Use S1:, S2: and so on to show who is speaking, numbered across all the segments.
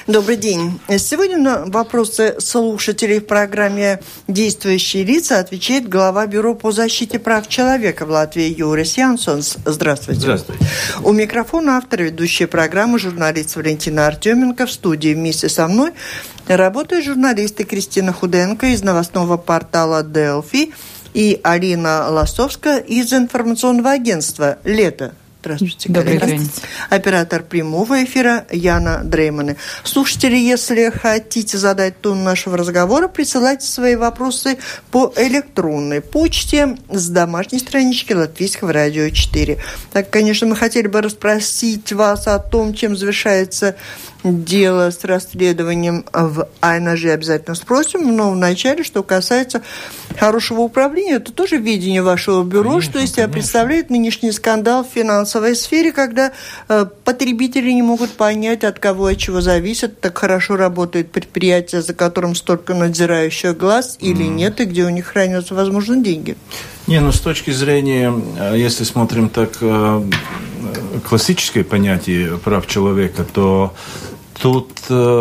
S1: Добрый день. Сегодня на вопросы слушателей в программе «Действующие лица» отвечает глава Бюро по защите прав человека в Латвии Юрис Янсонс. Здравствуйте.
S2: Здравствуйте.
S1: У микрофона автор ведущей программы журналист Валентина Артеменко. В студии вместе со мной работают журналисты Кристина Худенко из новостного портала «Делфи» и Алина Лосовская из информационного агентства «Лето». Здравствуйте,
S3: добрый день.
S1: Оператор прямого эфира Яна Дреймане. Слушатели, если хотите задать тон нашего разговора, присылайте свои вопросы по электронной почте с домашней странички Латвийского радио 4. Так, конечно, мы хотели бы расспросить вас о том, чем завершается дело с расследованием в АНЖ, обязательно спросим, но вначале, что касается хорошего управления, это тоже видение вашего бюро, конечно, что из себя представляет нынешний скандал в финансовой сфере, когда потребители не могут понять, от кого и от чего зависит, так хорошо работает предприятие, за которым столько надзирающих глаз или нет, и где у них хранятся, возможно, деньги.
S2: С точки зрения, если смотрим так, классическое понятие прав человека, то тут,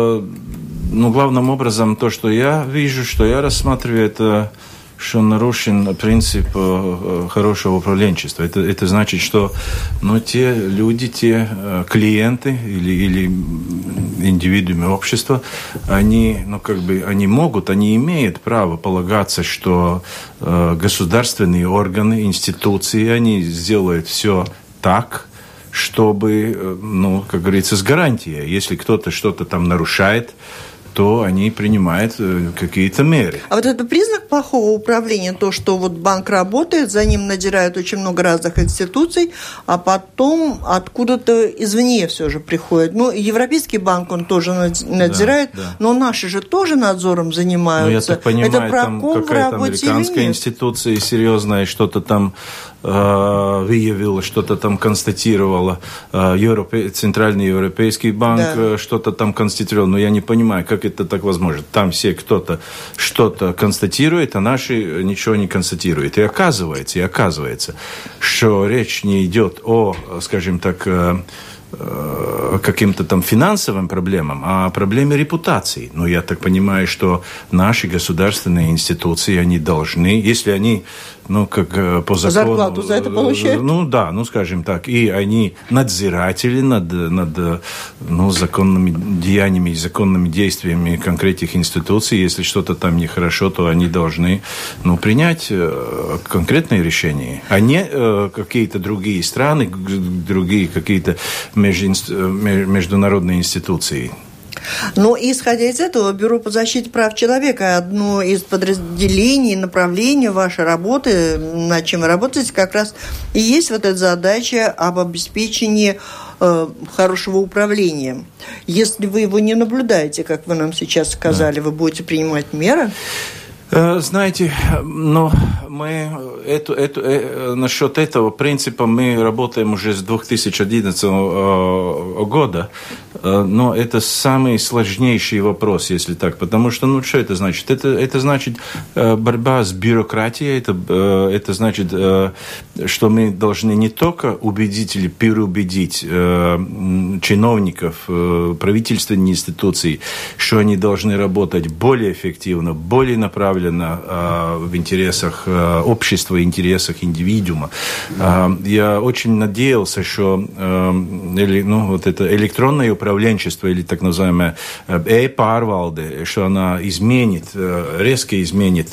S2: главным образом, то, что я вижу, что я рассматриваю, это что нарушен принцип хорошего управленчества. Это значит, что те люди, те клиенты или индивидуумы общества, они имеют право полагаться, что государственные органы, институции, они сделают все так, чтобы, как говорится, с гарантией. Если кто-то что-то там нарушает, то они принимают какие-то меры.
S1: А вот это признак плохого управления, то, что вот банк работает, за ним надзирают очень много разных институций, а потом откуда-то извне все же приходит. Европейский банк, он тоже надзирает, да. Но наши же тоже надзором занимаются.
S2: Я так понимаю, это там какая-то американская институция серьезная, что-то там выявила, что-то там констатировала, Центральный Европейский банк, да. Что-то там констатировал, но я не понимаю, как это так возможно. Там все кто-то что-то констатирует, а наши ничего не констатируют. И оказывается, что речь не идет о, скажем так, каким-то там финансовым проблемам, а о проблеме репутации. Я так понимаю, что наши государственные институции, они должны, если они, как по закону...
S1: Зарплату за это получают?
S2: Скажем так. И они надзиратели над законными деяниями и законными действиями конкретных институций. Если что-то там нехорошо, то они должны принять конкретные решения, а не какие-то другие страны, другие какие-то международные институции.
S1: Исходя из этого, Бюро по защите прав человека, одно из подразделений, направлений вашей работы, над чем вы работаете, как раз и есть вот эта задача об обеспечении хорошего управления. Если вы его не наблюдаете, как вы нам сейчас сказали, вы будете принимать меры?
S2: Знаете, мы насчет этого принципа мы работаем уже с 2011 года, но это самый сложнейший вопрос, если так, потому что, что это значит? Это значит борьба с бюрократией, это значит, что мы должны не только убедить или переубедить чиновников, правительственные институции, что они должны работать более эффективно, более направленно, в интересах общества, в интересах индивидуума. Я очень надеялся, что это электронное управленчество, или так называемое e-pārvalde, что она резко изменит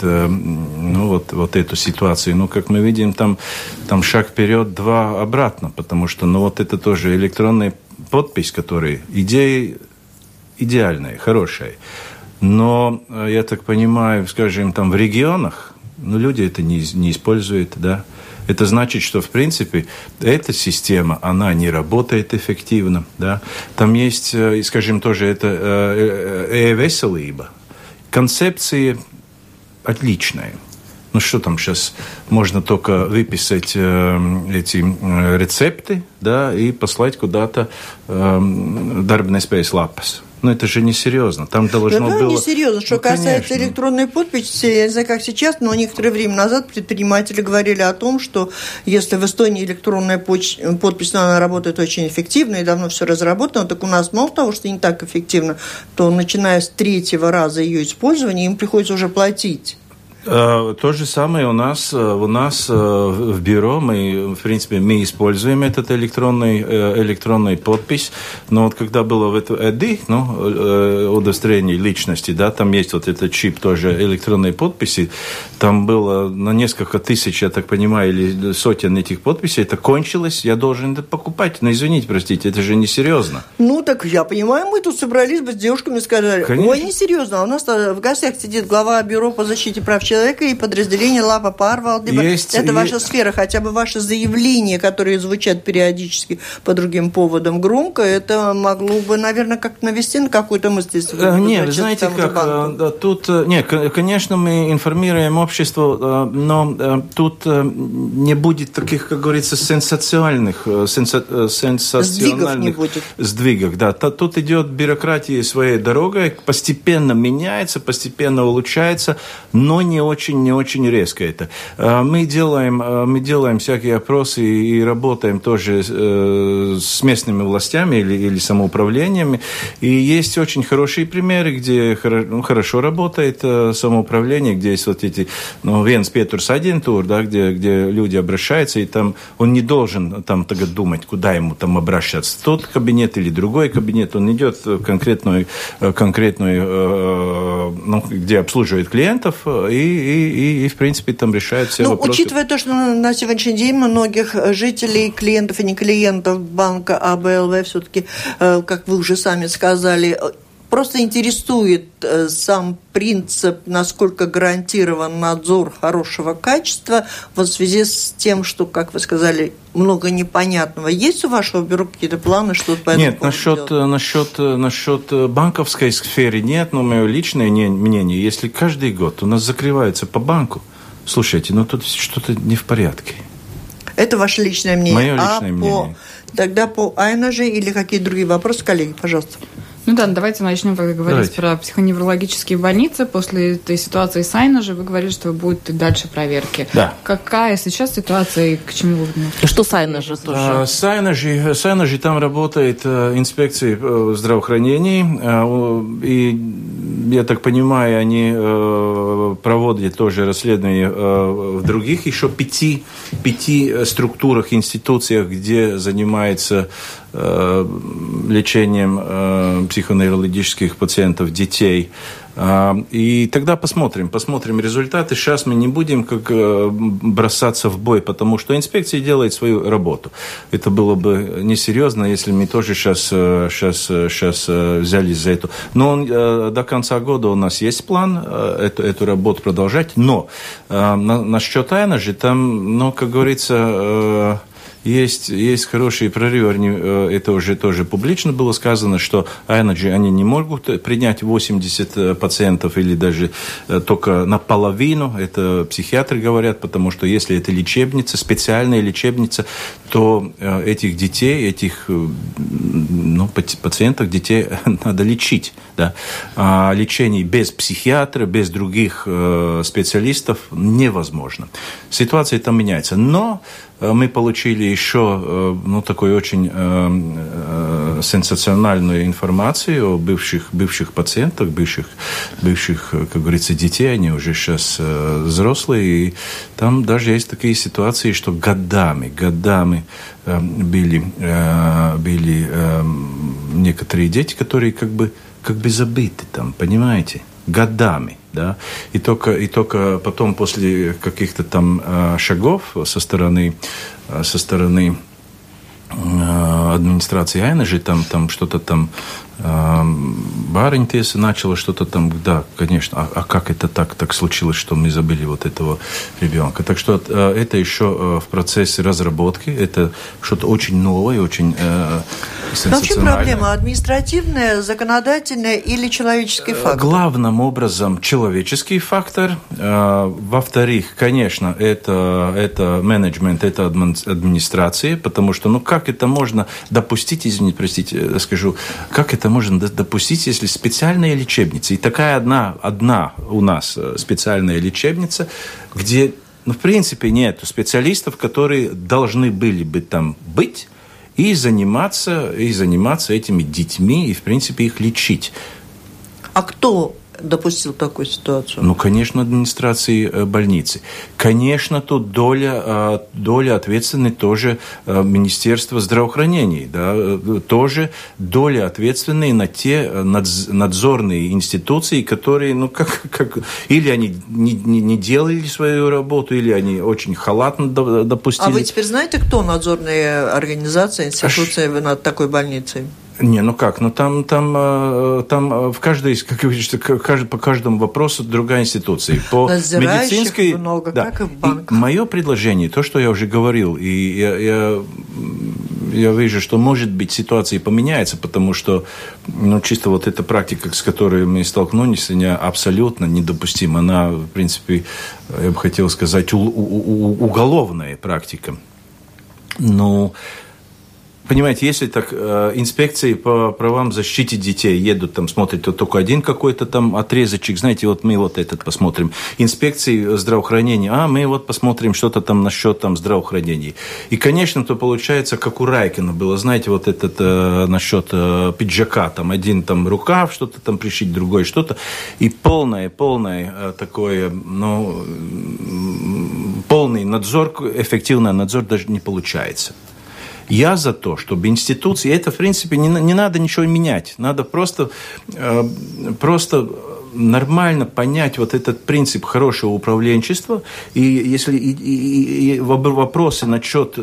S2: эту ситуацию. Как мы видим, там шаг вперед, два обратно, потому что это тоже электронная подпись, которая идея идеальная, хорошая. Но, я так понимаю, скажем, там в регионах, люди это не используют, да. Это значит, что, в принципе, эта система, она не работает эффективно, да. Там есть, скажем, тоже это e-veselība. Концепция отличная. Что там сейчас? Можно только выписать эти рецепты, да, и послать куда-то darba nespējas lapas. Но это же несерьезно. Там должно было...
S1: несерьезно. Что касается электронной подписи, я не знаю, как сейчас, но некоторое время назад предприниматели говорили о том, что если в Эстонии электронная подпись, она работает очень эффективно и давно все разработано, так у нас мало того, что не так эффективно, то начиная с 3-го раза ее использования им приходится уже платить.
S2: То же самое у нас в бюро, в принципе, мы используем этот электронную подпись, но вот когда было в это ЭДИ, удостоверение личности, да, там есть вот этот чип тоже электронной подписи, там было на несколько тысяч, я так понимаю, или сотен этих подписей, это кончилось, я должен это покупать, но извините, простите, это же несерьезно. Ну, так я понимаю, мы тут собрались бы с девушками и сказали, конечно. Ой, несерьезно, а у нас в гостях сидит глава бюро по защите прав человека и подразделение Лапа Парвалдиба. Это ваша сфера, хотя бы ваши заявления, которые звучат периодически по другим поводам громко, это могло бы, наверное, как-то навести на какую-то мысль. Нет, знаете как, тут, нет, конечно, мы информируем общество, но тут не будет таких, как говорится, сенсациональных сдвигов. Да. Тут идет бюрократия своей дорогой, постепенно меняется, постепенно улучшается, но не очень резко это. Мы делаем всякие опросы и работаем тоже с местными властями или самоуправлениями. И есть очень хорошие примеры, где хорошо работает самоуправление, где есть вот эти, viens pieturs aģentūra, да, где люди обращаются, и там он не должен там тогда думать, куда ему там обращаться. Тот кабинет или другой кабинет, он идет в конкретную где обслуживает клиентов, и в принципе, там решают все вопросы. Учитывая то, что на сегодняшний день многих жителей, клиентов и не клиентов банка АБЛВ все-таки, как вы уже сами сказали, просто интересует сам принцип, насколько гарантирован надзор хорошего качества в связи с тем, что, как вы сказали, много непонятного. Есть у вашего бюро какие-то планы, что по этому поводу делать? Насчет банковской сферы нет, но мое личное мнение, если каждый год у нас закрывается по банку, слушайте, тут что-то не в порядке. Это ваше личное мнение. Мое личное мнение. Тогда по Айнаже или какие другие вопросы, коллеги, пожалуйста.
S3: Давайте начнем говорить про психоневрологические больницы. После этой ситуации с Айнаже вы говорили, что будут и дальше проверки. Да. Какая сейчас ситуация и к чему вы относитесь?
S4: Что с Айнаже тоже?
S2: С Айнаже там работает инспекция здравоохранения. И, я так понимаю, они проводят тоже расследования в других еще пяти структурах, институциях, где занимается лечением психоневрологических пациентов, детей. И тогда посмотрим результаты. Сейчас мы не будем бросаться в бой, потому что инспекция делает свою работу. Это было бы несерьезно, если мы тоже сейчас взялись за это. Но до конца года у нас есть план эту работу продолжать. Но насчет Айнажи, там, как говорится... Есть хорошие прорывы, это уже тоже публично было сказано, что Айнаджи, они не могут принять 80 пациентов или даже только наполовину, это психиатры говорят, потому что если это лечебница, специальная лечебница, то этих детей, пациентов, детей надо лечить. Да? А лечение без психиатра, без других специалистов невозможно. Ситуация там меняется, но мы получили еще такую очень сенсациональную информацию о бывших пациентах, бывших, как говорится, детей. Они уже сейчас взрослые. И там даже есть такие ситуации, что годами были некоторые дети, которые как бы забыты там, понимаете? Годами, да, и только потом после каких-то там шагов со стороны администрации Айнажи, там что-то там Баринтеса начала что-то там, да, конечно, а как это так случилось, что мы забыли вот этого ребенка. Так что это еще в процессе разработки, это что-то очень новое, очень сенсациональное.
S1: Но в чем проблема? Административная, законодательная или человеческий фактор?
S2: Главным образом человеческий фактор. Во-вторых, конечно, это менеджмент, это администрация, потому что, как это можно допустить, извините, простите, скажу, как это можно допустить, если специальная лечебница, и такая одна у нас специальная лечебница, где, в принципе, нет специалистов, которые должны были бы там быть и заниматься этими детьми, и, в принципе, их лечить.
S1: А кто допустил такую ситуацию?
S2: Конечно, администрации больницы. Конечно, тут доля ответственной тоже Министерства здравоохранения. Да, тоже доля ответственной на те надзорные институции, которые, или они не делали свою работу, или они очень халатно допустили.
S1: А вы теперь знаете, кто надзорные организации, институции над такой больницей?
S2: Там в каждой, как вы видите, по каждому вопросу другая институция. По медицинской
S1: много, да. Как и в банках.
S2: Мое предложение, то, что я уже говорил, и я вижу, что, может быть, ситуация поменяется, потому что чисто вот эта практика, с которой мы столкнулись, она абсолютно недопустима. Она, в принципе, я бы хотел сказать, уголовная практика. Понимаете, если так инспекции по правам защиты детей едут, там смотрят только один какой-то там отрезочек, знаете, мы этот посмотрим. Инспекции здравоохранения, мы посмотрим что-то там насчет здравоохранения. И, конечно, то получается, как у Райкина было, знаете, насчет пиджака, один рукав, что-то там пришить, другой что-то. И полный такой, полный надзор, эффективный надзор даже не получается. Я за то, чтобы институции, это, в принципе, не надо ничего менять, надо просто нормально понять этот принцип хорошего управленчества, и если вопросы насчет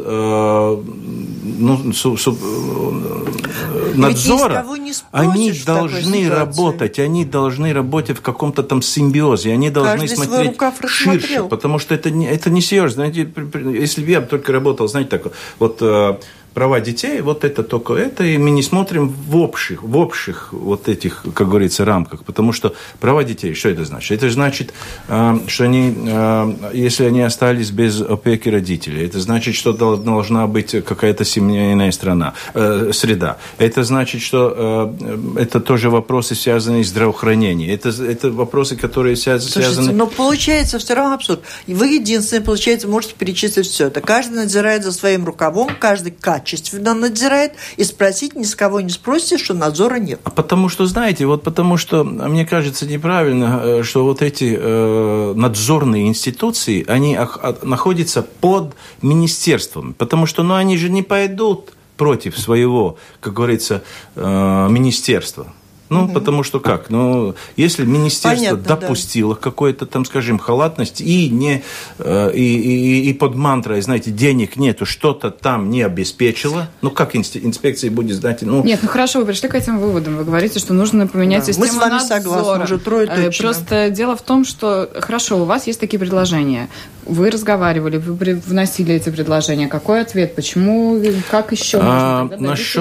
S2: надзора, они должны работать в каком-то симбиозе, они должны смотреть ширше, потому что это не серьезно. Если бы я только работал, знаете, так права детей, это только это, и мы не смотрим в общих этих, как говорится, рамках, потому что права детей, что это значит? Это значит, что они, если они остались без опеки родителей, это значит, что должна быть какая-то семейная среда. Это значит, что это тоже вопросы, связанные с здравоохранением. Это вопросы, которые связаны...
S1: Слушайте, но получается все равно абсурд. Вы единственное, получается, можете перечислить все это. Каждый надзирает за своим рукавом, каждый качественно надзирает, и спросить ни с кого не спросите, что надзора нет.
S2: Потому что, знаете, потому что, мне кажется, неправильно, что эти надзорные институции, они находятся под министерством, потому что, они же не пойдут против своего, как говорится, министерства. Потому что как? Если министерство допустило какую-то, скажем, халатность и под мантрой, знаете, денег нету, что-то там не обеспечило, как инспекция будет, знаете,
S3: Нет, хорошо, вы пришли к этим выводам. Вы говорите, что нужно поменять систему надзора.
S1: Мы с вами согласны, уже трое точно.
S3: Просто дело в том, что, хорошо, у вас есть такие предложения. Вы разговаривали, вы вносили эти предложения. Какой ответ? Почему? Как еще можно?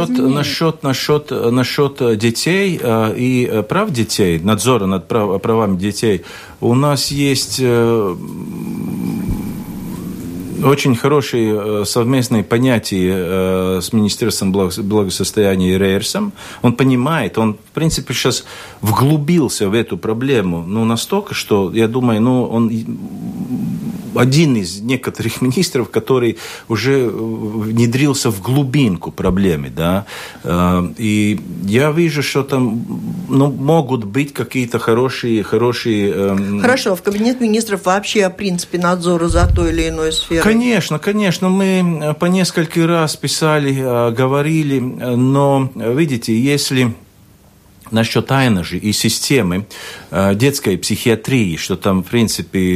S2: Насчет детей и прав детей, надзора над правами детей, у нас есть очень хорошие совместные понятия с Министерством благосостояния и РЕРСом. Он понимает, он, в принципе, сейчас вглубился в эту проблему, настолько, что, я думаю, он один из некоторых министров, который уже внедрился в глубинку проблемы, да, и я вижу, что там, могут быть какие-то хорошие...
S1: Хорошо, в Кабинет министров вообще о принципе надзора за той или иной сферой?
S2: Конечно, мы по несколько раз писали, говорили, но, видите, если... Насчет Айнажи и системы детской психиатрии, что там, в принципе,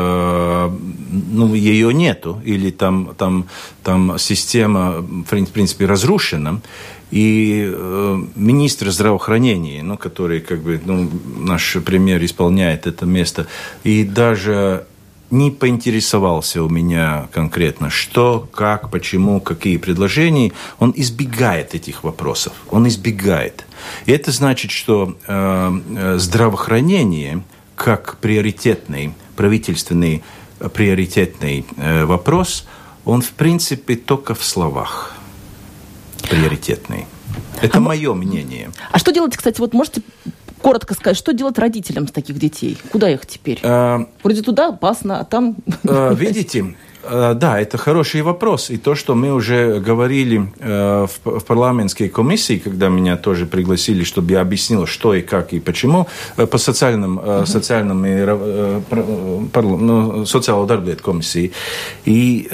S2: ее нету, или там система, в принципе, разрушена, и министр здравоохранения, который, наш премьер исполняет это место, и даже не поинтересовался у меня конкретно, что, как, почему, какие предложения. Он избегает этих вопросов. Он избегает. И это значит, что здравоохранение как приоритетный, правительственный приоритетный вопрос, он, в принципе, только в словах приоритетный. Это мое мнение.
S4: А что делать, кстати, вот можете коротко сказать, что делать родителям с таких детей? Куда их теперь? Вроде туда опасно, а там...
S2: Видите, да, это хороший вопрос. И то, что мы уже говорили в парламентской комиссии, когда меня тоже пригласили, чтобы я объяснил, что и как и почему, по социальной дарбlietu комиссии. И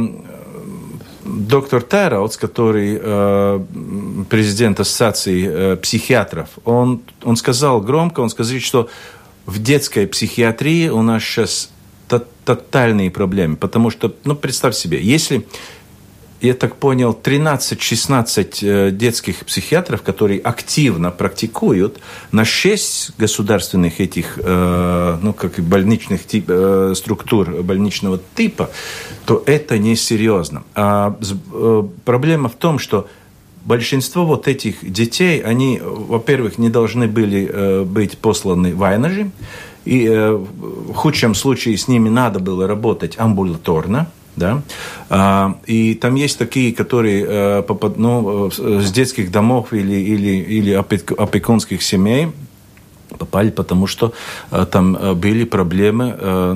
S2: доктор Тērauds, который президент ассоциации психиатров, он сказал громко, он сказал, что в детской психиатрии у нас сейчас тотальные проблемы, потому что, представь себе, если, я так понял, 13-16 детских психиатров, которые активно практикуют на 6 государственных этих, больничных структур больничного типа, то это несерьезно. Проблема в том, что большинство вот этих детей, они, во-первых, не должны были быть посланы в Айнажи, и в худшем случае с ними надо было работать амбулаторно. Да? И там есть такие, которые с детских домов или опекунских семей попали, потому что там были проблемы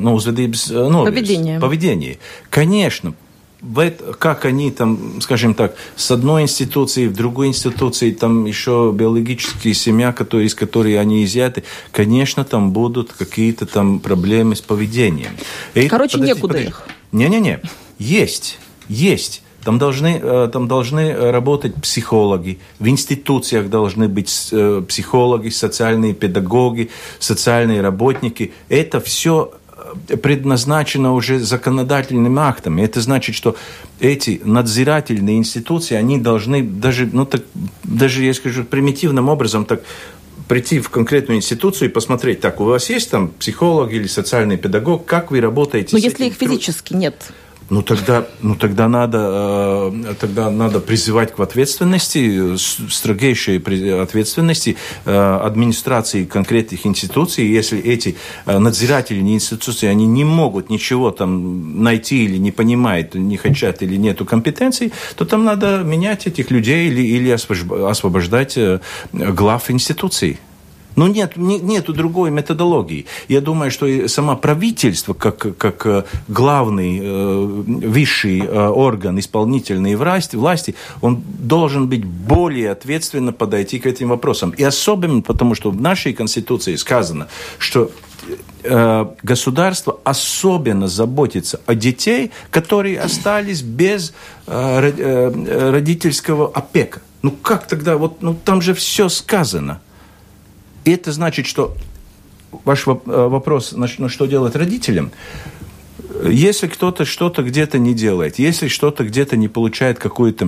S2: поведения. Конечно, как они там, скажем так, с одной институции в другой институции, там еще биологические семья, из которой они изъяты, конечно, там будут какие-то там проблемы с поведением.
S4: Некуда их.
S2: Не-не-не, есть. Там должны работать психологи, в институциях должны быть психологи, социальные педагоги, социальные работники. Это все предназначено уже законодательным актом. Это значит, что эти надзирательные институции, они должны даже я скажу, примитивным образом так прийти в конкретную институцию и посмотреть, так, у вас есть там психолог или социальный педагог, как вы работаете?
S4: Но если их физически нет...
S2: Тогда надо призывать к ответственности, строгейшей ответственности администрации конкретных институций. Если эти надзирательные институции, они не могут ничего там найти или не понимают, не хотят или нету компетенций, то там надо менять этих людей или освобождать глав институций. Нету другой методологии. Я думаю, что и само правительство, как главный высший орган исполнительной власти, он должен быть более ответственно подойти к этим вопросам. И особенно потому, что в нашей Конституции сказано, что государство особенно заботится о детей, которые остались без родительского опека. Как тогда? Там же все сказано. И это значит, что ваш вопрос, что делать родителям, если кто-то что-то где-то не делает, если что-то где-то не получает какую-то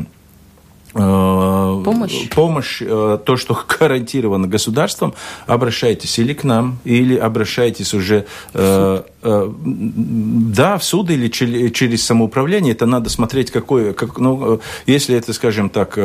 S2: помощь, то, что гарантировано государством, обращайтесь или к нам, или обращайтесь уже в суд или через самоуправление. Это надо смотреть, если это, скажем так,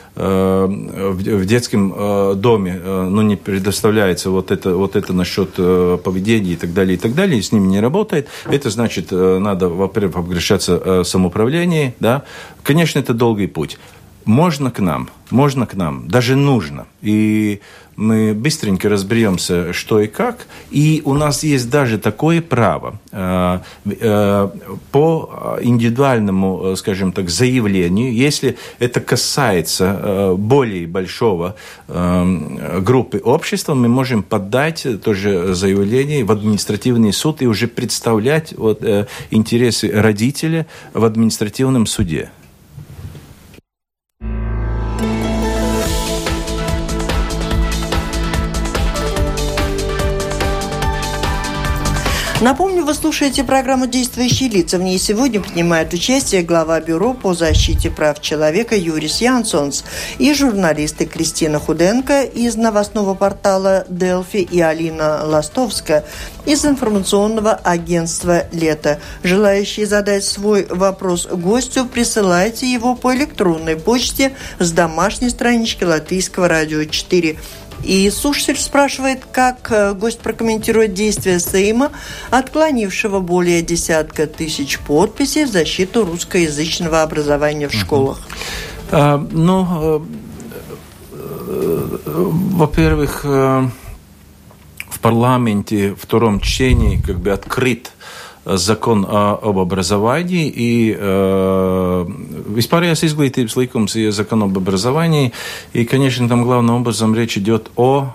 S2: в детском доме не предоставляется вот это насчет поведения и так далее, и с ними не работает, это значит, надо, во-первых, обращаться в самоуправление, да. Конечно, это долгий путь. Можно к нам, даже нужно. И мы быстренько разберемся, что и как. И у нас есть даже такое право по индивидуальному, скажем так, заявлению, если это касается более большого группы общества, мы можем подать тоже заявление в административный суд и уже представлять интересы родителя в административном суде.
S1: Напомню, вы слушаете программу «Действующие лица». В ней сегодня принимает участие глава Бюро по защите прав человека Юрис Янсонс и журналисты Кристина Худенко из новостного портала «Делфи» и Алина Ластовская из информационного агентства «Лето». Желающие задать свой вопрос гостю, присылайте его по электронной почте с домашней странички Латвийского радио 4. И слушатель спрашивает, как гость прокомментирует действия Сейма, отклонившего более 10 тысяч подписей в защиту русскоязычного образования в школах.
S2: Во-первых, в парламенте в втором чтении открыт закон об образовании и vispārējās izglītības likums и закон об образовании. И, конечно, там главным образом речь идет о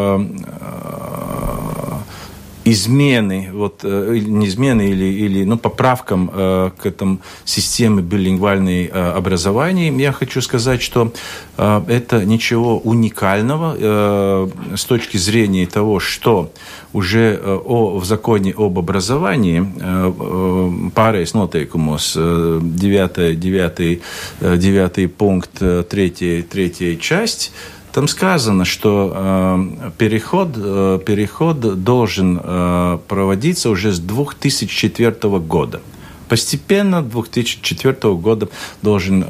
S2: измены, не измены или поправкам к этому системе билингвальной образования. Я хочу сказать, что это ничего уникального с точки зрения того, что уже в законе об образовании pārējais noteikumos 9 пункт 3 часть. Там сказано, что переход должен проводиться уже с 2004 года. Постепенно 2004 года должен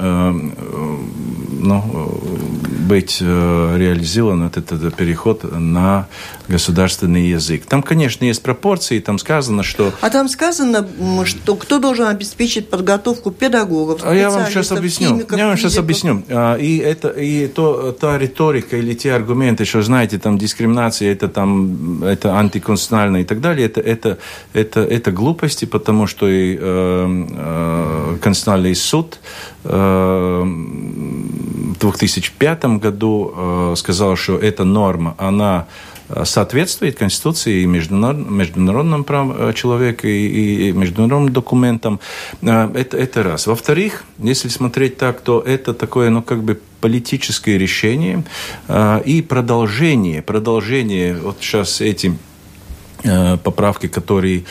S2: быть реализован этот переход на государственный язык. Там, конечно, есть пропорции, там сказано, что...
S1: А там сказано, что кто должен обеспечить подготовку педагогов, специалистов,
S2: Я вам сейчас объясню. И та риторика или те аргументы, что, знаете, там дискриминация, это антиконституционально и так далее, это глупости, потому что и Конституционный суд в 2005 году сказал, что эта норма, она соответствует Конституции и международным правам человека и международным документам. Это раз. Во-вторых, если смотреть так, то это такое, политическое решение и продолжение вот сейчас эти поправки, которые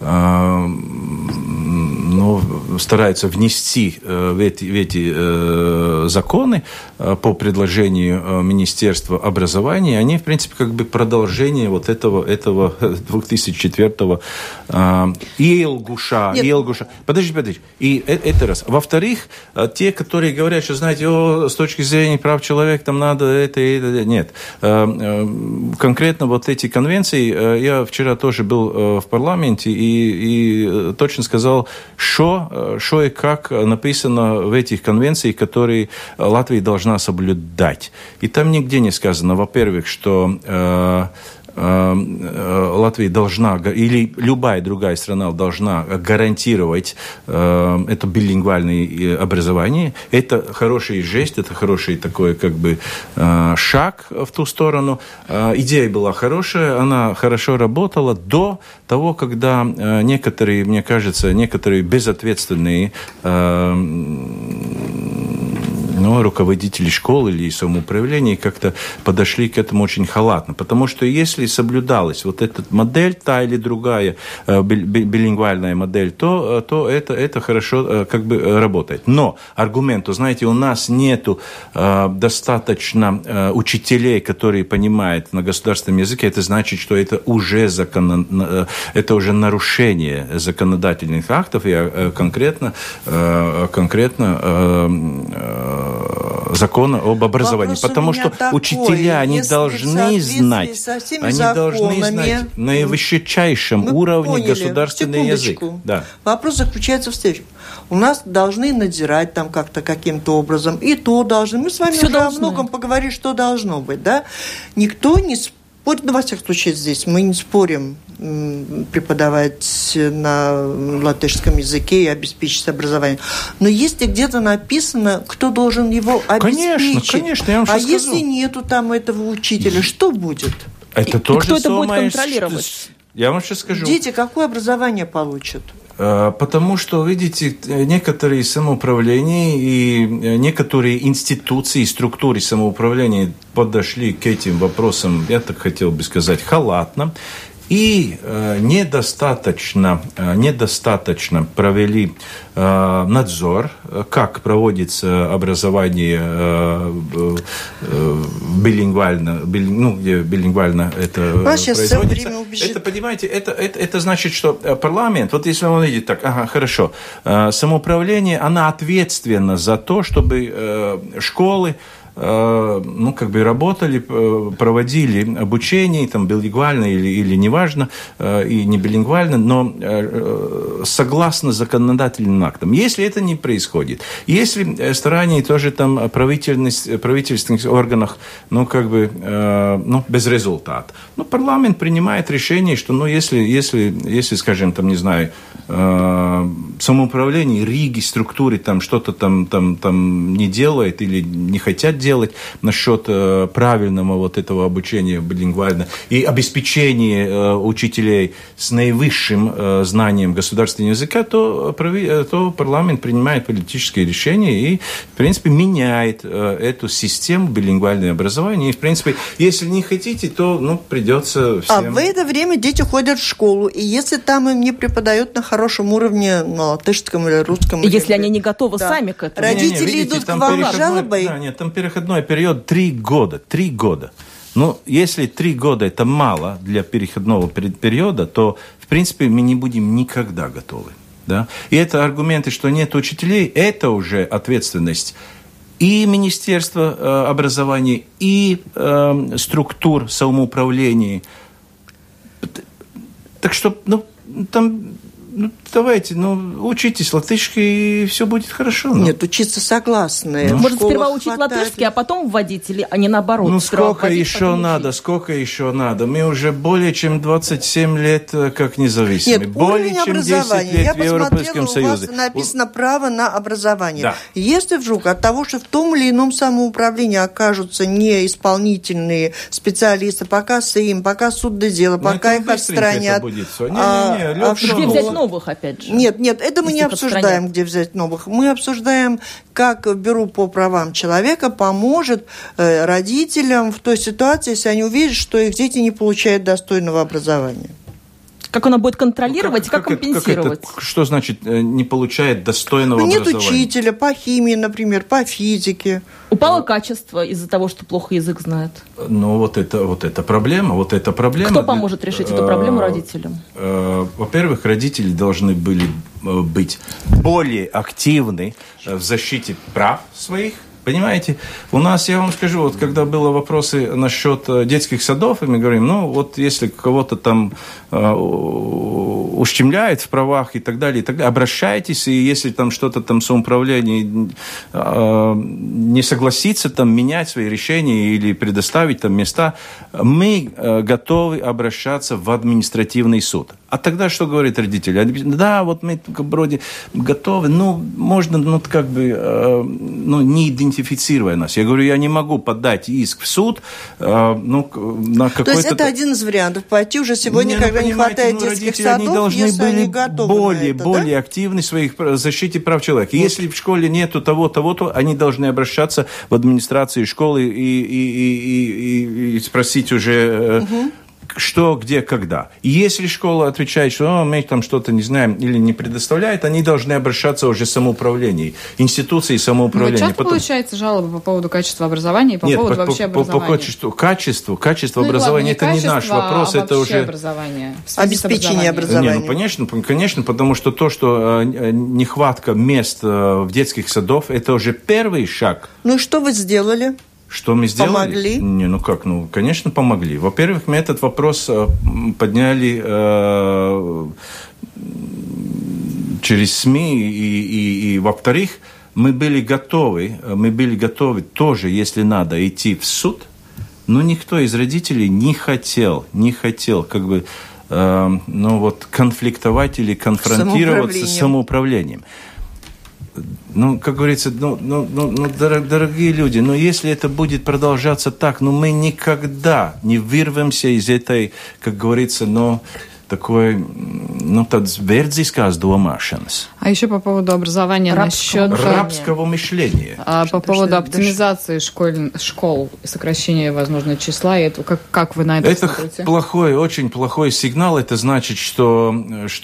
S2: стараются внести в эти законы по предложению Министерства образования, они, в принципе, продолжение вот этого 2004-го Иелгуша. Подожди. И это раз. Во-вторых, те, которые говорят, что, знаете, с точки зрения прав человека там надо это. Нет. Конкретно вот эти конвенции, я вчера тоже был в парламенте и точно сказал, что и как написано в этих конвенциях, которые Латвия должна соблюдать. И там нигде не сказано, во-первых, что Латвия должна, или любая другая страна должна гарантировать это билингвальное образование. Это хороший жест, это хороший такой шаг в ту сторону. Идея была хорошая, она хорошо работала до того, когда некоторые, мне кажется, безответственные руководители школ или самоуправления как-то подошли к этому очень халатно. Потому что если соблюдалась вот эта модель, та или другая билингвальная модель, то это хорошо работает. Но аргумент, знаете, у нас нету достаточно учителей, которые понимают на государственном языке, это значит, что это уже нарушение законодательных актов, и конкретно закона об образовании. Вопрос потому что такой, учителя, они должны знать на высочайшем уровне государственный язык. Да.
S1: Вопрос заключается в следующем. У нас должны надзирать там как-то каким-то образом, и то должны. Мы с вами уже о многом поговорили, что должно быть. Да? Никто не спорит, во всяком случае здесь мы не спорим преподавать на латышском языке и обеспечить образование. Но если где-то написано, кто должен его обеспечить,
S2: конечно, я вам сейчас скажу.
S1: Если нету там этого учителя, что будет?
S2: Это
S4: кто это будет контролировать?
S2: Я вам сейчас скажу.
S1: Дети какое образование получат?
S2: Потому что, видите, некоторые самоуправления и некоторые институции, структуры самоуправления подошли к этим вопросам, я так хотел бы сказать, халатно. и недостаточно провели надзор, как проводится образование билингвально, где билингвально это производится. Это, понимаете, это значит, что парламент, вот если он видит так, хорошо, самоуправление, она ответственна за то, чтобы школы работали, проводили обучение, там, билингвально или неважно, и не билингвально, но согласно законодательным актам. Если это не происходит, если старания тоже там правительственных органах, без результата, парламент принимает решение, что, если, скажем, там, не знаю, самоуправление Риги, структуре там что-то там не делает или не хотят делать насчет правильного вот этого обучения билингвально и обеспечения учителей с наивысшим знанием государственного языка, то парламент принимает политические решения и, в принципе, меняет эту систему билингвального образования. И, в принципе, если не хотите, то придется всем...
S1: А в это время дети ходят в школу, и если там им не преподают на хорошем уровне, на латышском или русском...
S4: Если они не готовы сами к этому.
S1: Родители идут к вам с жалобой?
S2: Да, нет, там переходной период 3 года. 3 года. Если 3 года это мало для переходного периода, то, в принципе, мы не будем никогда готовы. Да? И это аргументы, что нет учителей, это уже ответственность и Министерства образования, и структур самоуправления. Так что, давайте, учитесь латышский, и все будет хорошо.
S1: Нет, учиться согласны.
S4: Может, сперва учить латышский, а потом вводить, а не наоборот?
S2: Сколько еще надо? Мы уже более чем 27 лет как независимы.
S1: Нет,
S2: более чем 10 лет в Европейском Союзе.
S1: У вас написано право на образование.
S2: Да.
S1: Если вдруг от того, что в том или ином самоуправлении окажутся неисполнительные специалисты, пока суд до дела, пока их отстранят.
S4: Где взять новых, опять же?
S1: Нет, это мы не обсуждаем, где взять новых. Мы обсуждаем, как Бюро по правам человека поможет родителям в той ситуации, если они увидят, что их дети не получают достойного образования.
S4: Как оно будет контролировать, как компенсировать?
S2: Что значит не получает достойного образования?
S1: Нет учителя по химии, например, по физике.
S4: Упало качество из-за того, что плохо язык знает?
S2: Вот это проблема.
S4: Кто поможет решить эту проблему родителям?
S2: Во-первых, родители должны были быть более активны в защите прав своих. Понимаете, у нас, я вам скажу, когда были вопросы насчет детских садов, и мы говорим, если кого-то там ущемляют в правах и так далее, обращайтесь, и если там что-то там самоуправление не согласится там менять свои решения или предоставить там места, мы готовы обращаться в административный суд. А тогда что говорит родитель? Да, мы вроде готовы, можно, не идентифицируя нас. Я говорю, я не могу подать иск в суд на какой-то...
S1: То есть это один из вариантов. Пойти уже сегодня, когда не хватает детских садов, если они готовы
S2: более активны в своих защите прав человека. Если в школе нету того-то, они должны обращаться в администрацию школы и спросить уже... Что, где, когда. И если школа отвечает, что мы там что-то не знаем или не предоставляет, они должны обращаться уже в самоуправление, институции самоуправления.
S3: Часто получается жалобы по поводу качества образования и по поводу вообще образования?
S2: Качество образования, это не наш вопрос, это уже...
S3: Образование,
S1: обеспечение образования.
S2: Конечно, потому что то, нехватка мест в детских садах, это уже первый шаг.
S1: И что вы сделали?
S2: Что мы сделали?
S1: Помогли?
S2: Конечно, помогли. Во-первых, мы этот вопрос подняли через СМИ, и во-вторых, мы были готовы тоже, если надо, идти в суд, но никто из родителей не хотел конфликтовать или конфронтироваться с самоуправлением. Как говорится, дорогие люди, если это будет продолжаться так, мы никогда не вырвемся из этой, как говорится, такой tādas verdziskās domāšanas.
S3: А еще по поводу образования насчет
S2: рабского мышления.
S3: По поводу оптимизации школ, сокращения, возможно, числа, и это, как вы на это смотрите?
S2: Это плохой, очень плохой сигнал. Это значит, что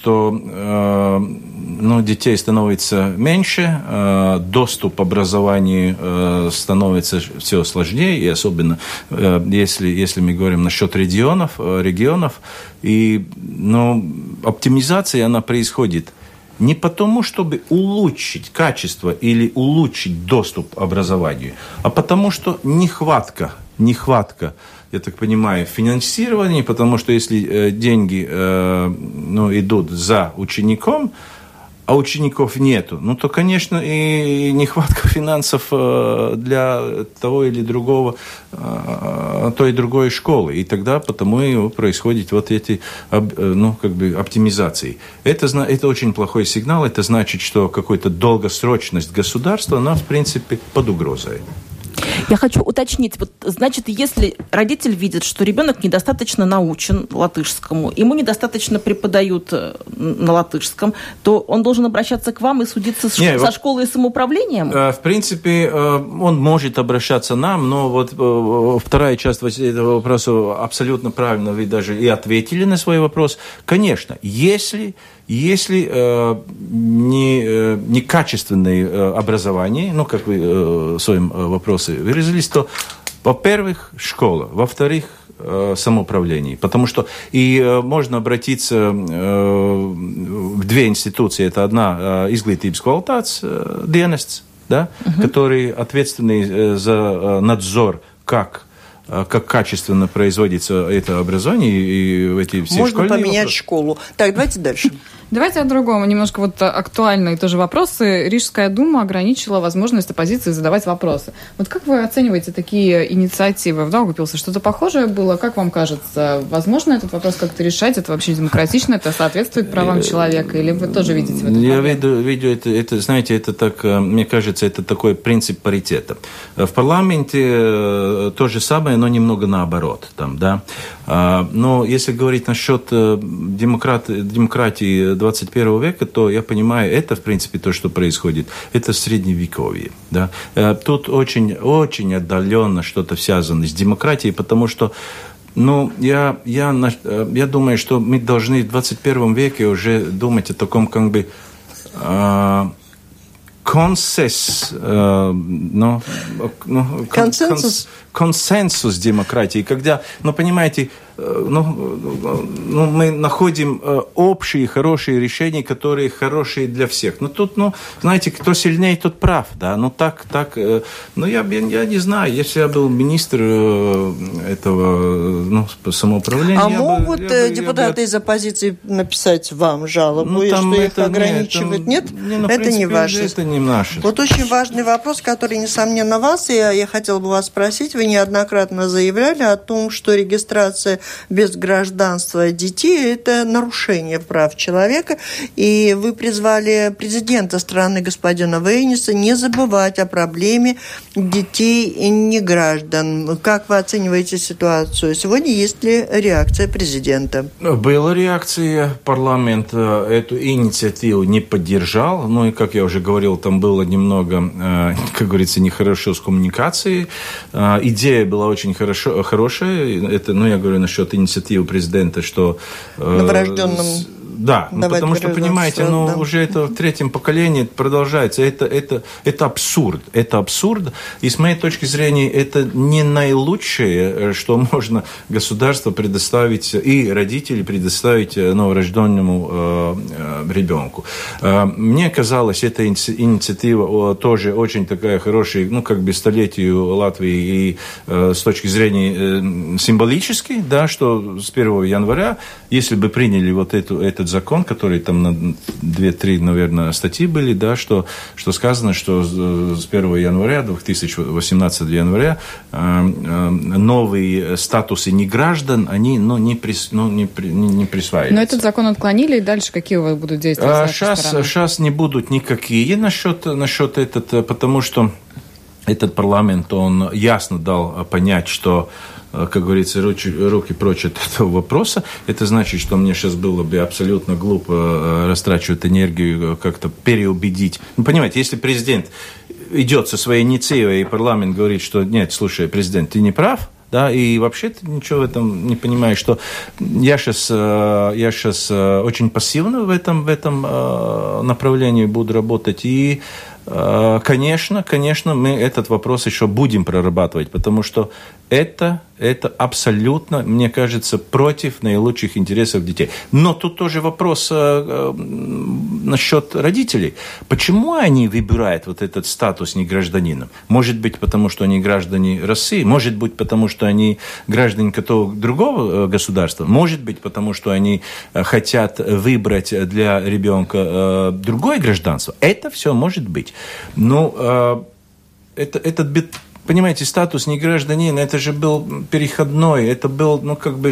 S2: детей становится меньше, доступ к образованию становится все сложнее, и особенно если мы говорим насчет регионов, и оптимизация, она происходит не потому, чтобы улучшить качество или улучшить доступ к образованию, а потому, что нехватка, я так понимаю, финансирования, потому что если деньги идут за учеником, а учеников нету, то, конечно, и нехватка финансов для того или другого, той и другой школы. И тогда потому и происходят вот эти, оптимизации. Это очень плохой сигнал. Это значит, что какая-то долгосрочность государства, она, в принципе, под угрозой.
S4: Я хочу уточнить, значит, если родитель видит, что ребенок недостаточно научен латышскому, ему недостаточно преподают на латышском, то он должен обращаться к вам и судиться со школой и самоуправлением?
S2: В принципе, он может обращаться к нам, но вот вторая часть этого вопроса абсолютно правильно, вы даже и ответили на свой вопрос. Конечно, если некачественное образование, как вы в своем вопросе выразились, то, во-первых, школа, во-вторых, самоуправление. Потому что можно обратиться в две институции. Это одна изглитības kvalitātes dienests, который ответственный за надзор, как качественно производится это образование и эти все
S1: можно
S2: школьные
S1: поменять
S2: вопросы.
S1: Школу. Так, давайте дальше.
S3: Давайте о другом. Немножко актуальные тоже вопросы. Рижская дума ограничила возможность оппозиции задавать вопросы. Вот как вы оцениваете такие инициативы? В Даугавпилсе что-то похожее было? Как вам кажется, возможно этот вопрос как-то решать? Это вообще демократично? Это соответствует правам человека? Или вы тоже видите в этом
S2: Я виду это, знаете, это так, мне кажется, это такой принцип паритета. В парламенте то же самое, но немного наоборот. Но если говорить насчет демократии 21 века, то я понимаю, это, в принципе, то, что происходит. Это средневековье. Да? Тут очень, очень отдаленно что-то связано с демократией, потому что я думаю, что мы должны в 21 веке уже думать о таком, консенсус демократии, когда, понимаете, мы находим общие хорошие решения, которые хорошие для всех. Тут, знаете, кто сильнее, тот прав, да. Я не знаю, если я был министр этого самоуправления.
S1: А могут депутаты из оппозиции написать вам жалобу, что их ограничивают? Нет? Это не ваше.
S2: Это не наше.
S1: Вот очень важный вопрос, который, несомненно, вас, и я хотела бы вас спросить. Вы неоднократно заявляли о том, что регистрация без гражданства детей – это нарушение прав человека, и вы призвали президента страны господина Вейниса не забывать о проблеме детей и неграждан. Как вы оцениваете ситуацию? Сегодня есть ли реакция президента?
S2: Была реакция. Парламент эту инициативу не поддержал. И, как я уже говорил, там было немного, как говорится, нехорошо с коммуникацией. Идея была очень хорошая. Это, я говорю насчет инициативы президента, что...
S1: Новорожденным...
S2: Да, потому что, понимаете, уже это в третьем поколении продолжается. Это абсурд. Это абсурд. И с моей точки зрения, это не наилучшее, что можно государству предоставить и родители предоставить новорожденному ребенку. Мне казалось, эта инициатива тоже очень такая хорошая, столетию Латвии и с точки зрения символической, да, что с 1 января, если бы приняли вот этот закон, который там на 2-3, наверное, статьи были, да, что сказано, что с 1 января 2018 января новые статусы неграждан, они не присваиваются.
S3: Но этот закон отклонили, и дальше какие у вас будут действия?
S2: Сейчас не будут никакие насчет этого, потому что этот парламент, он ясно дал понять, что как говорится, руки прочь от этого вопроса. Это значит, что мне сейчас было бы абсолютно глупо растрачивать энергию, как-то переубедить. Ну, понимаете, если президент идет со своей инициативой, и парламент говорит, что нет, слушай, президент, ты не прав, да, и вообще ты ничего в этом не понимаешь, что я сейчас очень пассивно в этом направлении буду работать, и конечно, мы этот вопрос еще будем прорабатывать, потому что это абсолютно, мне кажется, против наилучших интересов детей. Но тут тоже вопрос насчет родителей. Почему они выбирают вот этот статус негражданина? Может быть, потому что они граждане России, может быть, потому что они граждане какого-то другого государства, может быть, потому что они хотят выбрать для ребенка другое гражданство. Это все может быть. Но понимаете, статус негражданина, это же был переходной, это был,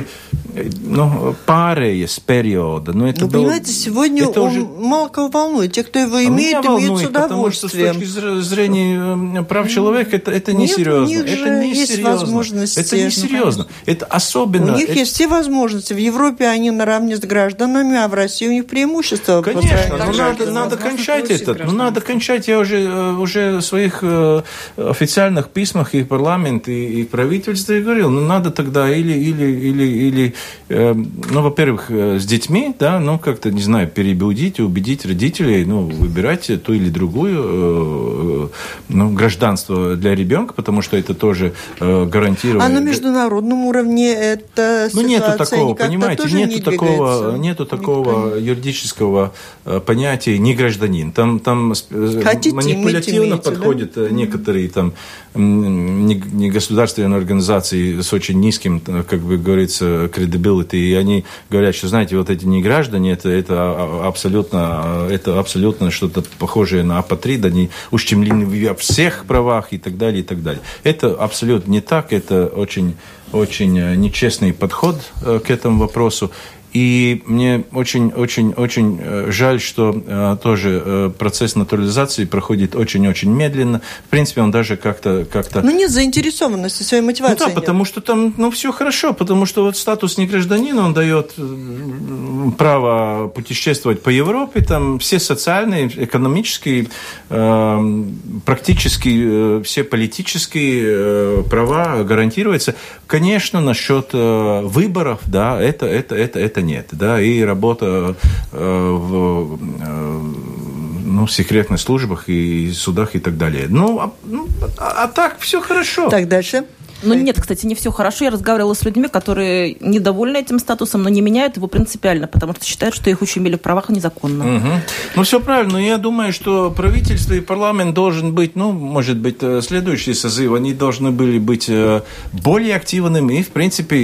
S2: паре с периода.
S1: Понимаете, сегодня он мало кого волнует. Те, кто его имеет, имеют с удовольствием.
S2: Потому что с точки зрения прав человека это несерьезно.
S1: У них же есть возможности.
S2: Это несерьезно. Это особенно...
S1: У них есть все возможности. В Европе они наравне с гражданами, а в России у них преимущество.
S2: Конечно, надо кончать это. Надо кончать. Я уже в своих официальных письмах и в парламент, и в правительстве говорил, надо тогда или во-первых, с детьми, да, как-то, не знаю, убедить родителей, выбирать ту или другую гражданство для ребенка, потому что это тоже гарантирует.
S1: А на международном уровне это ситуация
S2: нету такого, понимаете,
S1: тоже
S2: нету такого юридического понятия не гражданин. Там манипулятивно подходят некоторые там негосударственные организации с очень низким, как бы говорится, credibility, и они говорят, что, знаете, вот эти неграждане, это абсолютно что-то похожее на апатрид, они ущемлены во всех правах и так далее, и так далее. Это абсолютно не так, это очень, очень нечестный подход к этому вопросу. И мне очень жаль, что тоже процесс натурализации проходит очень-очень медленно. В принципе, он даже как-то...
S1: нет заинтересованности, своей мотивации нет.
S2: Потому что там все хорошо, потому что вот статус негражданина, он дает право путешествовать по Европе, там все социальные, экономические, практически все политические права гарантируются. Конечно, насчет выборов, да, это нет, да, и работа в секретных службах и судах и так далее. А так все хорошо.
S1: Так, дальше.
S4: Нет, кстати, не все хорошо. Я разговаривала с людьми, которые недовольны этим статусом, но не меняют его принципиально, потому что считают, что их ущемили в правах незаконно.
S2: Все правильно. Я думаю, что правительство и парламент должен быть, может быть, следующий созыв, они должны были быть более активными. И, в принципе,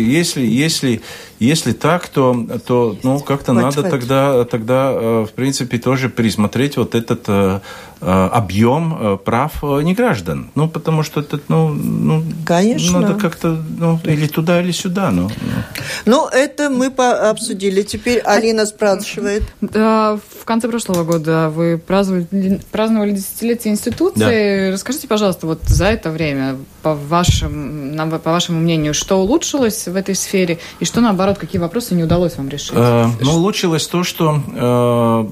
S2: если так, то как-то надо тогда, в принципе, тоже пересмотреть вот этот объем прав неграждан. Потому что это,
S1: конечно.
S2: Надо как-то, или туда, или сюда.
S1: Это мы обсудили. Теперь Алина спрашивает.
S3: В конце прошлого года вы праздновали десятилетие институции. Да. Расскажите, пожалуйста, вот за это время, по вашему мнению, что улучшилось в этой сфере, и что, наоборот, какие вопросы не удалось вам решить?
S2: Улучшилось то, что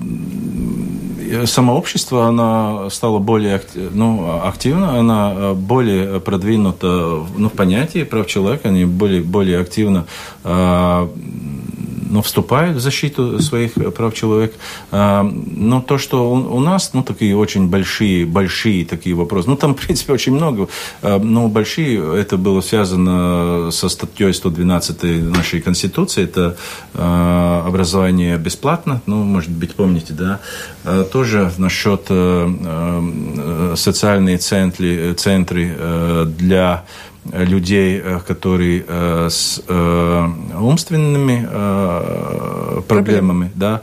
S2: самообщество, оно стало более активно, она более продвинута в понятии прав человека, они более активно вступают в защиту своих прав человека. Но то, что у нас, такие очень большие такие вопросы, там, в принципе, очень много, но большие, это было связано со статьей 112 нашей Конституции, это образование бесплатно, может быть, помните, да, тоже насчет социальные центры для людей, которые с умственными проблемами, да,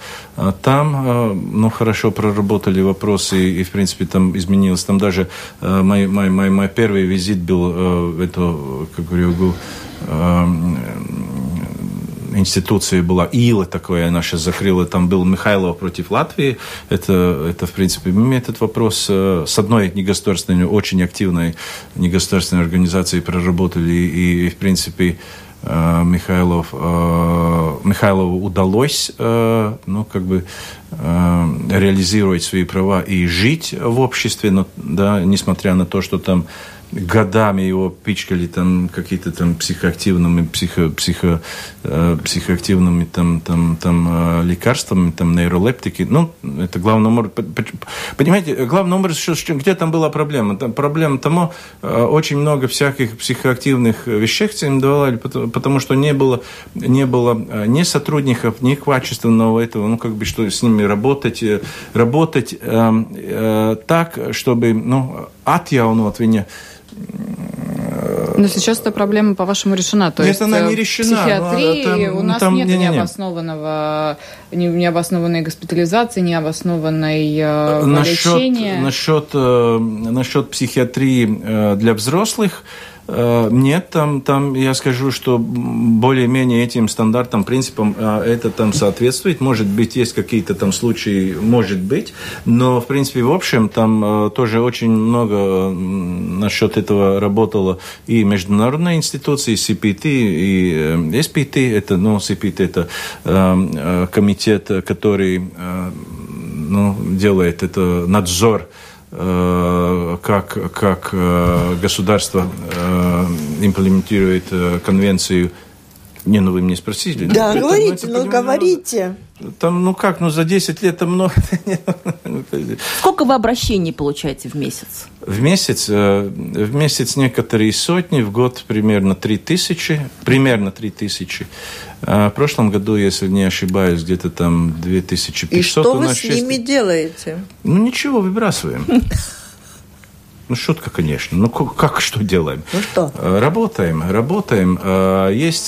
S2: там, хорошо проработали вопросы, и, в принципе, там изменилось. Там даже мой первый визит был в эту, как говорю, институция была, ИЛА такое, она сейчас закрыла, там был Михайлов против Латвии. Это в принципе, мы этот вопрос с одной негосударственной, очень активной негосударственной организацией проработали, и в принципе, Михайлову удалось реализовать свои права и жить в обществе, но, да, несмотря на то, что там годами его пичкали там какие-то там психоактивными лекарствами, там нейролептики. Ну, это главный образ. Понимаете, главный образ, где там была проблема? Там проблема тому, очень много всяких психоактивных вещей им давали, потому что не было ни сотрудников, ни качественного этого, ну, как бы, что с ними работать так, чтобы, отъявно меня.
S3: Но сейчас эта проблема, по-вашему, решена. То есть
S2: она не решена.
S3: Психиатрии у нас нет необоснованной госпитализации, необоснованной лечения.
S2: Насчет психиатрии для взрослых нет, там я скажу, что более-менее этим стандартам, принципам это там соответствует. Может быть, есть какие-то там случаи, может быть, но, в принципе, в общем, там тоже очень много насчет этого работало и международные институции, и CPT, и SPT, это, CPT это комитет, который делает это надзор, как государство имплементирует конвенцию. Вы меня спросили?
S1: Да, говорите, говорите.
S2: Там, за 10 лет там много.
S4: Сколько вы обращений получаете в месяц?
S2: В месяц некоторые сотни, в год примерно 3000. В прошлом году, если не ошибаюсь, где-то там 2500.
S1: И что вы с ними делаете?
S2: Ничего, выбрасываем. Шутка, конечно. Как что делаем?
S1: Что?
S2: Работаем. Есть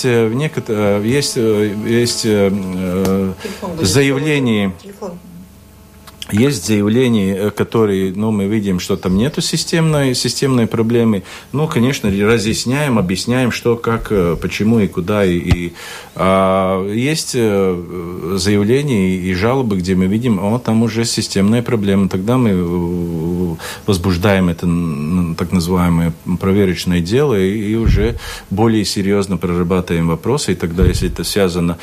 S2: заявления. Есть заявления, которые, мы видим, что там нету системной проблемы. Конечно, разъясняем, объясняем, что, как, почему и куда. И есть заявления и жалобы, где мы видим, там уже системная проблема. Тогда мы возбуждаем это так называемое проверочное дело и уже более серьезно прорабатываем вопросы. И тогда, если это связано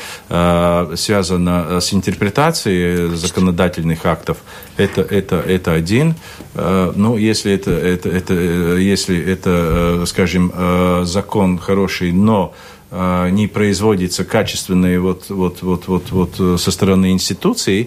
S2: с интерпретацией законодательных актов, это один. Но если это, скажем, закон хороший, но не производится качественно со стороны институций,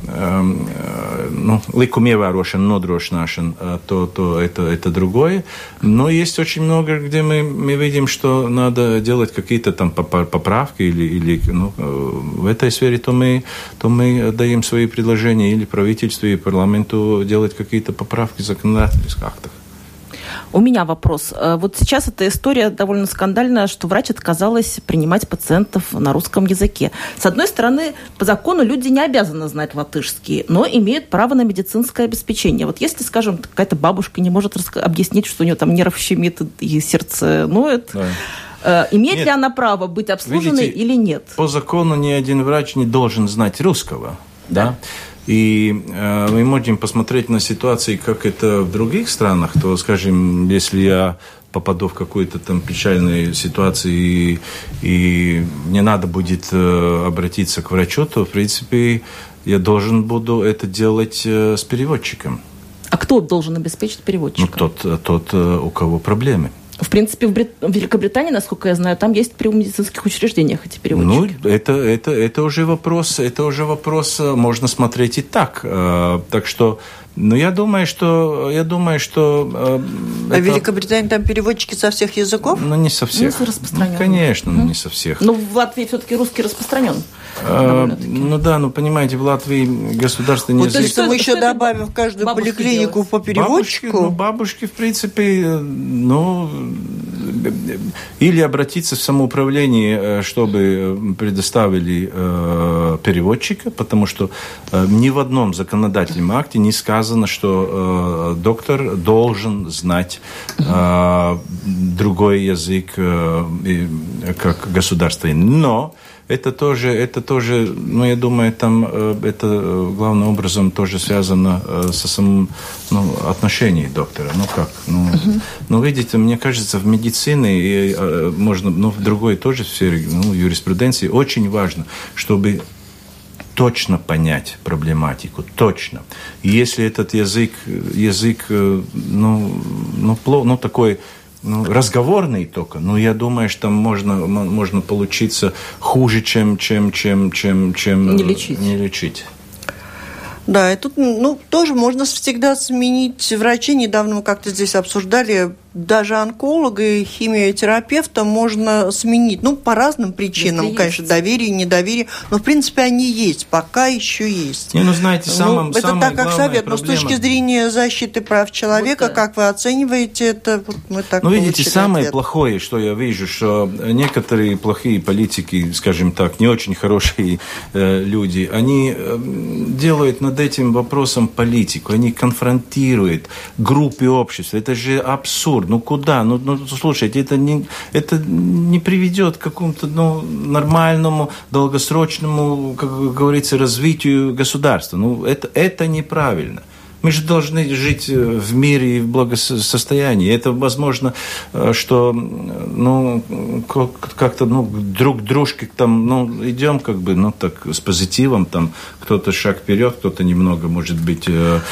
S2: ликuma ievērošana, nodrošināšana, то это другое. Но есть очень много, где мы видим, что надо делать какие-то там поправки или в этой сфере, то мы даем свои предложения или правительству, и парламенту делать какие-то поправки в законодательных актах.
S4: У меня вопрос. Вот сейчас эта история довольно скандальная, что врач отказалась принимать пациентов на русском языке. С одной стороны, по закону люди не обязаны знать латышский, но имеют право на медицинское обеспечение. Вот если, скажем, какая-то бабушка не может объяснить, что у нее там нерв щемит и сердце ноет, имеет ли она право быть обслуженной или нет?
S2: По закону ни один врач не должен знать русского. Да? И мы можем посмотреть на ситуации, как это в других странах, то, скажем, если я попаду в какую-то там печальную ситуацию и мне надо будет обратиться к врачу, то, в принципе, я должен буду это делать с переводчиком.
S4: А кто должен обеспечить переводчика?
S2: Тот, у кого проблемы.
S4: В принципе, в Великобритании, насколько я знаю, там есть при медицинских учреждениях эти переводчики.
S2: Это уже вопрос, можно смотреть и так. Так что, я думаю, что...
S1: в Великобритании там переводчики со всех языков?
S2: Не со всех.
S4: Распространен.
S2: Конечно, не со всех.
S4: Но в Латвии все-таки русский распространен.
S2: Понимаете, в Латвии государственный язык...
S1: То есть мы еще добавим в каждую поликлинику по переводчику?
S2: Бабушки, в принципе, или обратиться в самоуправление, чтобы предоставили переводчика, потому что ни в одном законодательном акте не сказано, что доктор должен знать другой язык, как государственный. Но это тоже, я думаю, там это главным образом тоже связано со самым отношением доктора. Видите, мне кажется, в медицине и можно, в другой тоже сфере, юриспруденции очень важно, чтобы точно понять проблематику, точно. И если этот язык такой разговорный только, я думаю, что там можно получиться хуже, чем не лечить.
S1: Да, и тут тоже можно всегда сменить врачей. Недавно мы как-то здесь обсуждали, даже онколога и химиотерапевта можно сменить. По разным причинам, конечно, доверие, недоверие. Но, в принципе, они есть, пока еще есть.
S2: Знаете,
S1: это так, как совет. Но с точки зрения защиты прав человека, как вы оцениваете это? Мы так
S2: видите, самое плохое, что я вижу, что некоторые плохие политики, скажем так, не очень хорошие люди, они делают над этим вопросом политику. Они конфронтируют группы общества. Это же абсурд. Куда? Слушайте, это не приведет к какому-то нормальному, долгосрочному, как говорится, развитию государства. Это неправильно. Мы же должны жить в мире и в благосостоянии. Это возможно, что как-то друг к дружке там, идем так с позитивом, там кто-то шаг вперед, кто-то немного, может быть,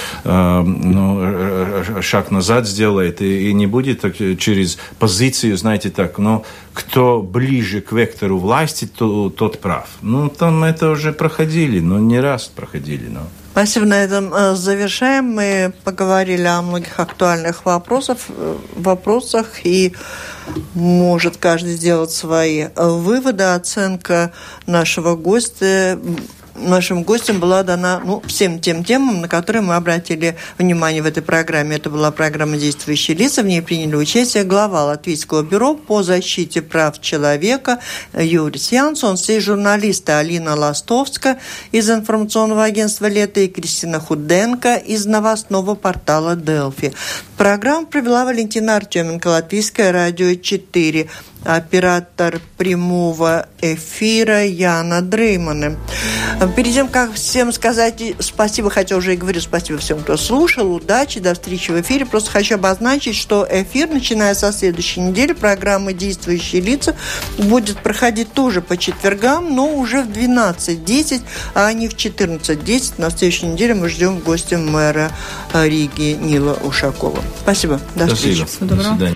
S2: шаг назад сделает и не будет так, через позицию, знаете, так, кто ближе к вектору власти, тот прав. Там это уже проходили, не раз проходили,
S1: Спасибо, на этом завершаем. Мы поговорили о многих актуальных вопросах, и может каждый сделать свои выводы. Оценка нашего гостя. Нашим гостям была дана всем тем темам, на которые мы обратили внимание в этой программе. Это была программа «Действующие лица». В ней приняли участие глава Латвийского бюро по защите прав человека Юрис Янсонс и журналисты Алина Ластовска из информационного агентства «Лето» и Кристина Худенко из новостного портала «Делфи». Программу провела Валентина Артеменко, Латвийское радио 4. Оператор прямого эфира Яна Дреймане. Перед тем, как всем сказать спасибо, хотя уже и говорю спасибо всем, кто слушал, удачи, до встречи в эфире. Просто хочу обозначить, что эфир, начиная со следующей недели, программа «Действующие лица» будет проходить тоже по четвергам, но уже в 12:10, а не в 14:10. На следующей неделе мы ждем гостя мэра Риги Нила Ушакова. Спасибо. До встречи.
S2: До свидания.